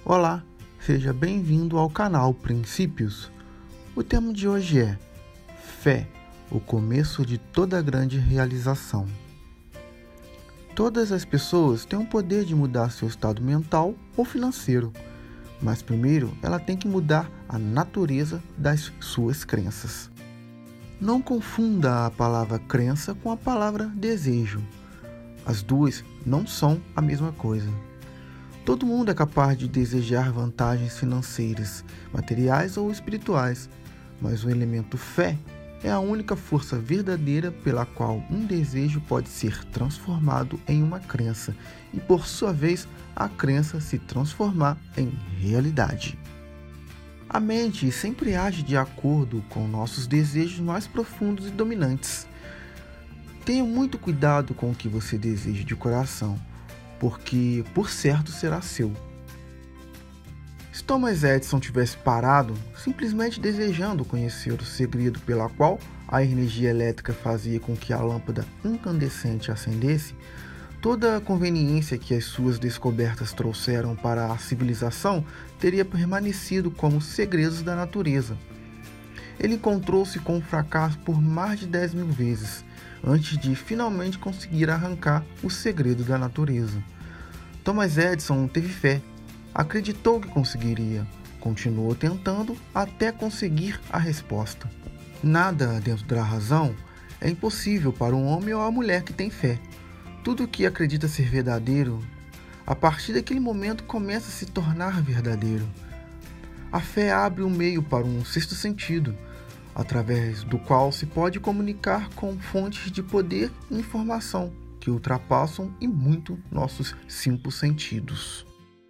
Olá, seja bem-vindo ao canal Princípios. O tema de hoje é Fé, o começo de toda grande realização. Todas as pessoas têm o poder de mudar seu estado mental ou financeiro, mas primeiro ela tem que mudar a natureza das suas crenças. Não confunda a palavra crença com a palavra desejo. As duas não são a mesma coisa. Todo mundo é capaz de desejar vantagens financeiras, materiais ou espirituais, mas o elemento fé é a única força verdadeira pela qual um desejo pode ser transformado em uma crença e, por sua vez, a crença se transformar em realidade. A mente sempre age de acordo com nossos desejos mais profundos e dominantes. Tenha muito cuidado com o que você deseja de coração, porque por certo será seu. Se Thomas Edison tivesse parado, simplesmente desejando conhecer o segredo pela qual a energia elétrica fazia com que a lâmpada incandescente acendesse, toda a conveniência que as suas descobertas trouxeram para a civilização teria permanecido como segredos da natureza. Ele encontrou-se com o fracasso por mais de 10.000 vezes, antes de finalmente conseguir arrancar o segredo da natureza. Thomas Edison teve fé, acreditou que conseguiria, continuou tentando até conseguir a resposta. Nada dentro da razão é impossível para um homem ou a mulher que tem fé. Tudo que acredita ser verdadeiro, a partir daquele momento começa a se tornar verdadeiro. A fé abre o meio para um sexto sentido, através do qual se pode comunicar com fontes de poder e informação que ultrapassam e muito nossos 5 sentidos.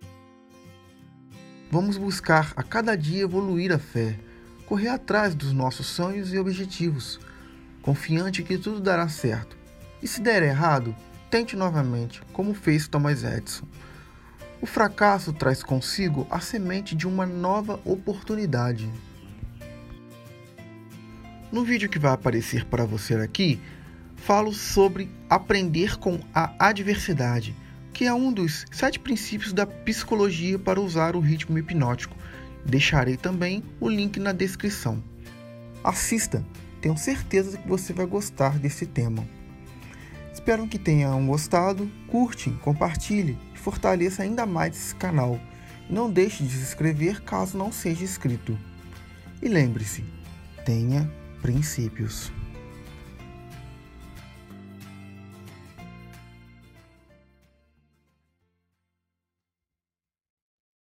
Vamos buscar a cada dia evoluir a fé, correr atrás dos nossos sonhos e objetivos, confiante que tudo dará certo. E se der errado, tente novamente, como fez Thomas Edison. O fracasso traz consigo a semente de uma nova oportunidade. No vídeo que vai aparecer para você aqui, falo sobre aprender com a adversidade, que é um dos 7 princípios da psicologia para usar o ritmo hipnótico. Deixarei também o link na descrição. Assista, tenho certeza que você vai gostar desse tema. Espero que tenham gostado, curte, compartilhe e fortaleça ainda mais esse canal. E não deixe de se inscrever caso não seja inscrito. E lembre-se, tenha princípios.